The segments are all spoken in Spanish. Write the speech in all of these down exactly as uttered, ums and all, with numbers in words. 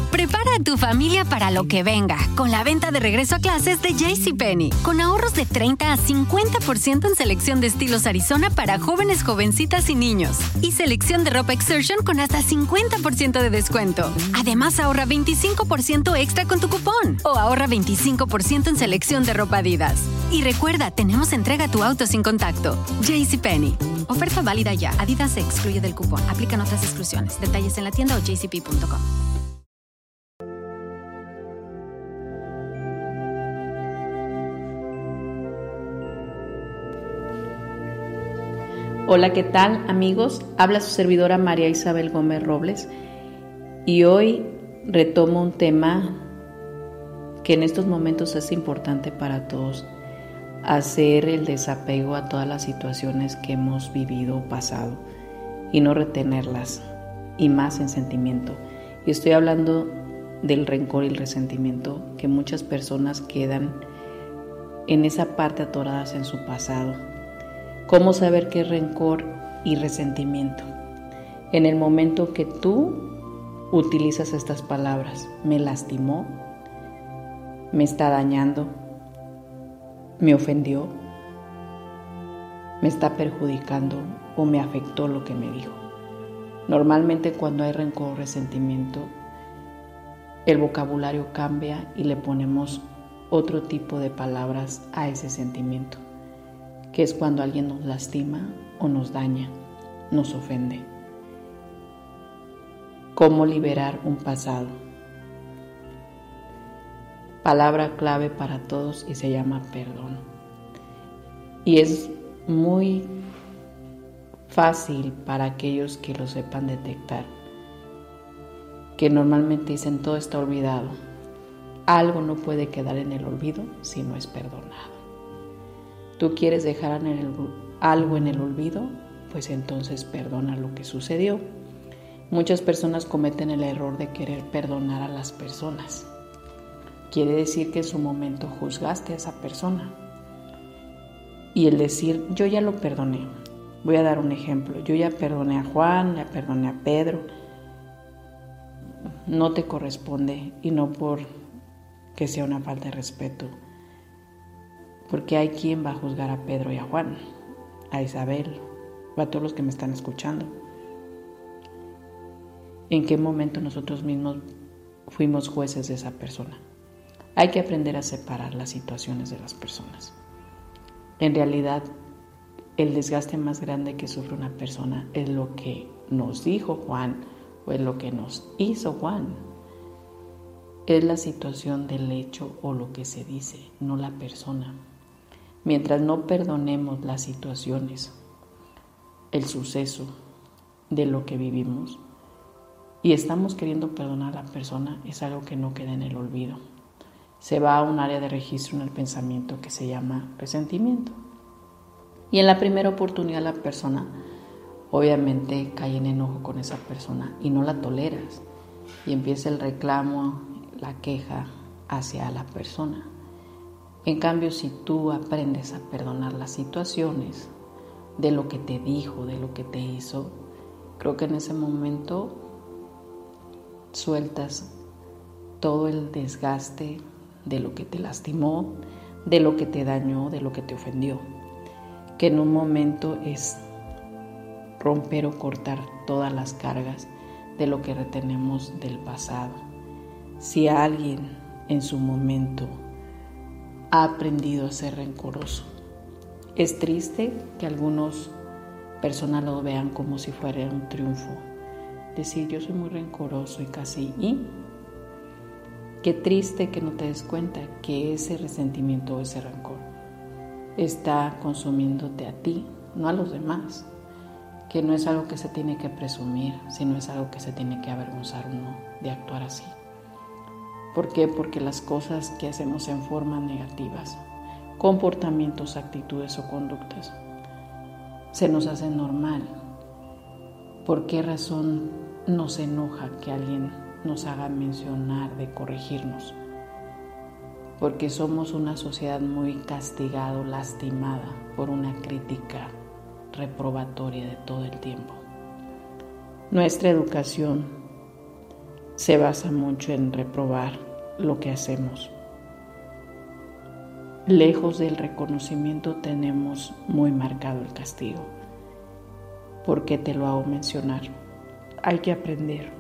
Prepara a tu familia para lo que venga con la venta de regreso a clases de JCPenney. Con ahorros de treinta a cincuenta por ciento en selección de estilos Arizona para jóvenes, jovencitas y niños. Y selección de ropa Exertion con hasta cincuenta por ciento de descuento. Además, ahorra veinticinco por ciento extra con tu cupón. O ahorra veinticinco por ciento en selección de ropa Adidas. Y recuerda, tenemos entrega a tu auto sin contacto. JCPenney. Oferta válida ya. Adidas se excluye del cupón. Aplican otras exclusiones. Detalles en la tienda o j c p punto com. Hola, ¿qué tal, amigos? Habla su servidora María Isabel Gómez Robles y hoy retomo un tema que en estos momentos es importante para todos: hacer el desapego a todas las situaciones que hemos vivido o pasado y no retenerlas, y más en sentimiento. Y estoy hablando del rencor y el resentimiento, que muchas personas quedan en esa parte atoradas en su pasado. ¿Cómo saber qué es rencor y resentimiento? En el momento que tú utilizas estas palabras: me lastimó, me está dañando, me ofendió, me está perjudicando o me afectó lo que me dijo. Normalmente cuando hay rencor o resentimiento, el vocabulario cambia y le ponemos otro tipo de palabras a ese sentimiento, que es cuando alguien nos lastima o nos daña, nos ofende. ¿Cómo liberar un pasado? Palabra clave para todos y se llama perdón. Y es muy fácil para aquellos que lo sepan detectar, que normalmente dicen todo está olvidado. Algo no puede quedar en el olvido si no es perdonado. ¿Tú quieres dejar en el, algo en el olvido? Pues entonces perdona lo que sucedió. Muchas personas cometen el error de querer perdonar a las personas. Quiere decir que en su momento juzgaste a esa persona. Y el decir, yo ya lo perdoné. Voy a dar un ejemplo. Yo ya perdoné a Juan, ya perdoné a Pedro. No te corresponde, y no por que sea una falta de respeto. Porque hay quien va a juzgar a Pedro y a Juan, a Isabel, o a todos los que me están escuchando. ¿En qué momento nosotros mismos fuimos jueces de esa persona? Hay que aprender a separar las situaciones de las personas. En realidad, el desgaste más grande que sufre una persona es lo que nos dijo Juan o es lo que nos hizo Juan. Es la situación del hecho o lo que se dice, no la persona. Mientras no perdonemos las situaciones, el suceso de lo que vivimos y estamos queriendo perdonar a la persona, es algo que no queda en el olvido. Se va a un área de registro en el pensamiento que se llama resentimiento. Y en la primera oportunidad la persona obviamente cae en enojo con esa persona y no la toleras. Y empieza el reclamo, la queja hacia la persona. En cambio, si tú aprendes a perdonar las situaciones de lo que te dijo, de lo que te hizo, creo que en ese momento sueltas todo el desgaste de lo que te lastimó, de lo que te dañó, de lo que te ofendió, que en un momento es romper o cortar todas las cargas de lo que retenemos del pasado. Si alguien en su momento ha aprendido a ser rencoroso, es triste que algunas personas lo vean como si fuera un triunfo. Decir, yo soy muy rencoroso y casi, ¿y? Qué triste que no te des cuenta que ese resentimiento o ese rencor está consumiéndote a ti, no a los demás. Que no es algo que se tiene que presumir, sino es algo que se tiene que avergonzar uno de actuar así. ¿Por qué? Porque las cosas que hacemos en formas negativas, comportamientos, actitudes o conductas, se nos hacen normal. ¿Por qué razón nos enoja que alguien nos haga mencionar de corregirnos? Porque somos una sociedad muy castigada, lastimada por una crítica reprobatoria de todo el tiempo. Nuestra educación se basa mucho en reprobar lo que hacemos. Lejos del reconocimiento tenemos muy marcado el castigo. ¿Por qué te lo hago mencionar? Hay que aprender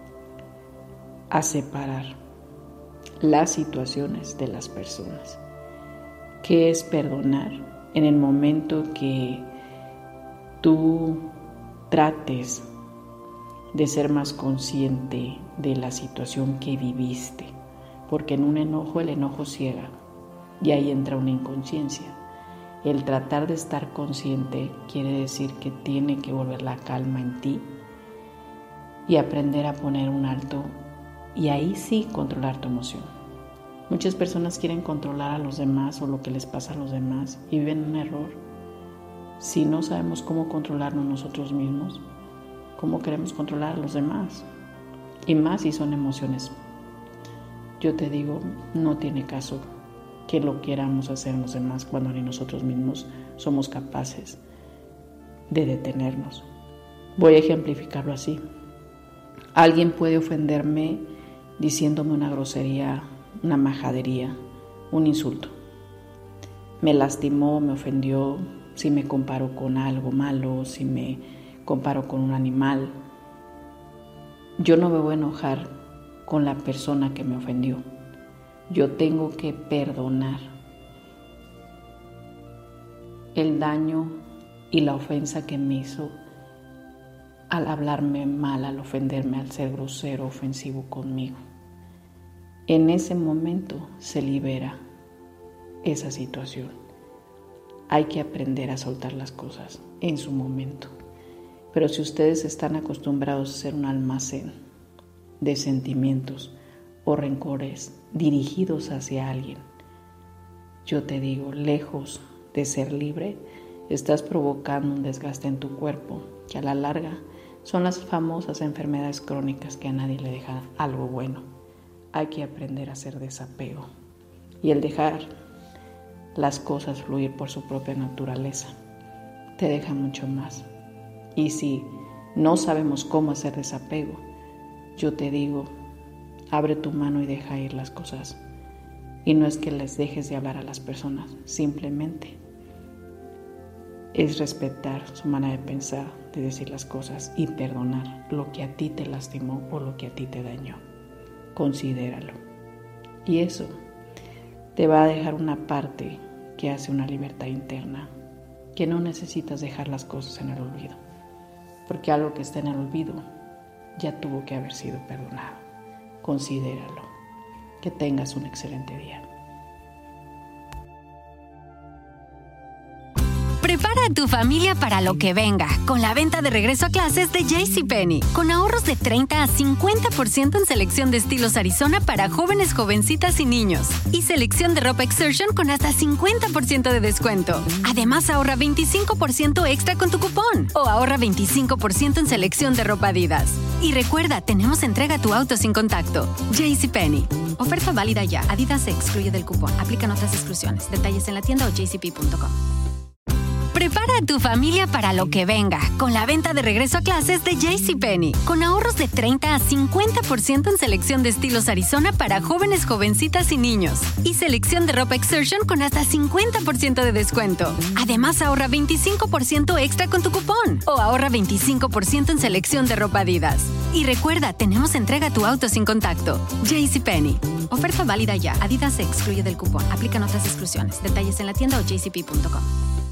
a separar las situaciones de las personas. ¿Qué es perdonar? En el momento que tú trates de ser más consciente de la situación que viviste, porque en un enojo el enojo ciega y ahí entra una inconsciencia. El tratar de estar consciente quiere decir que tiene que volver la calma en ti y aprender a poner un alto y ahí sí controlar tu emoción. Muchas personas quieren controlar a los demás o lo que les pasa a los demás y viven un error. Si no sabemos cómo controlarnos nosotros mismos, ¿cómo queremos controlar a los demás? Y más si son emociones. Yo te digo, no tiene caso que lo queramos hacer en los demás cuando ni nosotros mismos somos capaces de detenernos. Voy a ejemplificarlo así. Alguien puede ofenderme diciéndome una grosería, una majadería, un insulto. Me lastimó, me ofendió, si me comparo con algo malo, si me comparo con un animal. Yo no me voy a enojar con la persona que me ofendió. Yo tengo que perdonar el daño y la ofensa que me hizo al hablarme mal, al ofenderme, al ser grosero, ofensivo conmigo. En ese momento se libera esa situación. Hay que aprender a soltar las cosas en su momento. Pero si ustedes están acostumbrados a ser un almacén de sentimientos o rencores dirigidos hacia alguien, yo te digo, lejos de ser libre, estás provocando un desgaste en tu cuerpo que a la larga son las famosas enfermedades crónicas que a nadie le deja algo bueno. Hay que aprender a hacer desapego y el dejar las cosas fluir por su propia naturaleza te deja mucho más. Y si no sabemos cómo hacer desapego, yo te digo, abre tu mano y deja ir las cosas. Y no es que les dejes de hablar a las personas, simplemente es respetar su manera de pensar, de decir las cosas y perdonar lo que a ti te lastimó o lo que a ti te dañó. Considéralo. Y eso te va a dejar una parte que hace una libertad interna, que no necesitas dejar las cosas en el olvido, porque algo que está en el olvido ya tuvo que haber sido perdonado. Considéralo. Que tengas un excelente día. Prepara a tu familia para lo que venga con la venta de regreso a clases de JCPenney. Con ahorros de treinta a cincuenta por ciento en selección de estilos Arizona para jóvenes, jovencitas y niños. Y selección de ropa Exertion con hasta cincuenta por ciento de descuento. Además, ahorra veinticinco por ciento extra con tu cupón. O ahorra veinticinco por ciento en selección de ropa Adidas. Y recuerda, tenemos entrega a tu auto sin contacto. JCPenney. Oferta válida ya. Adidas se excluye del cupón. Aplican otras exclusiones. Detalles en la tienda o j c p punto com. Prepara a tu familia para lo que venga con la venta de regreso a clases de JCPenney. Con ahorros de treinta a cincuenta por ciento en selección de estilos Arizona para jóvenes, jovencitas y niños. Y selección de ropa Exertion con hasta cincuenta por ciento de descuento. Además, ahorra veinticinco por ciento extra con tu cupón. O ahorra veinticinco por ciento en selección de ropa Adidas. Y recuerda, tenemos entrega a tu auto sin contacto. JCPenney. Oferta válida ya. Adidas se excluye del cupón. Aplican otras exclusiones. Detalles en la tienda o j c p punto com.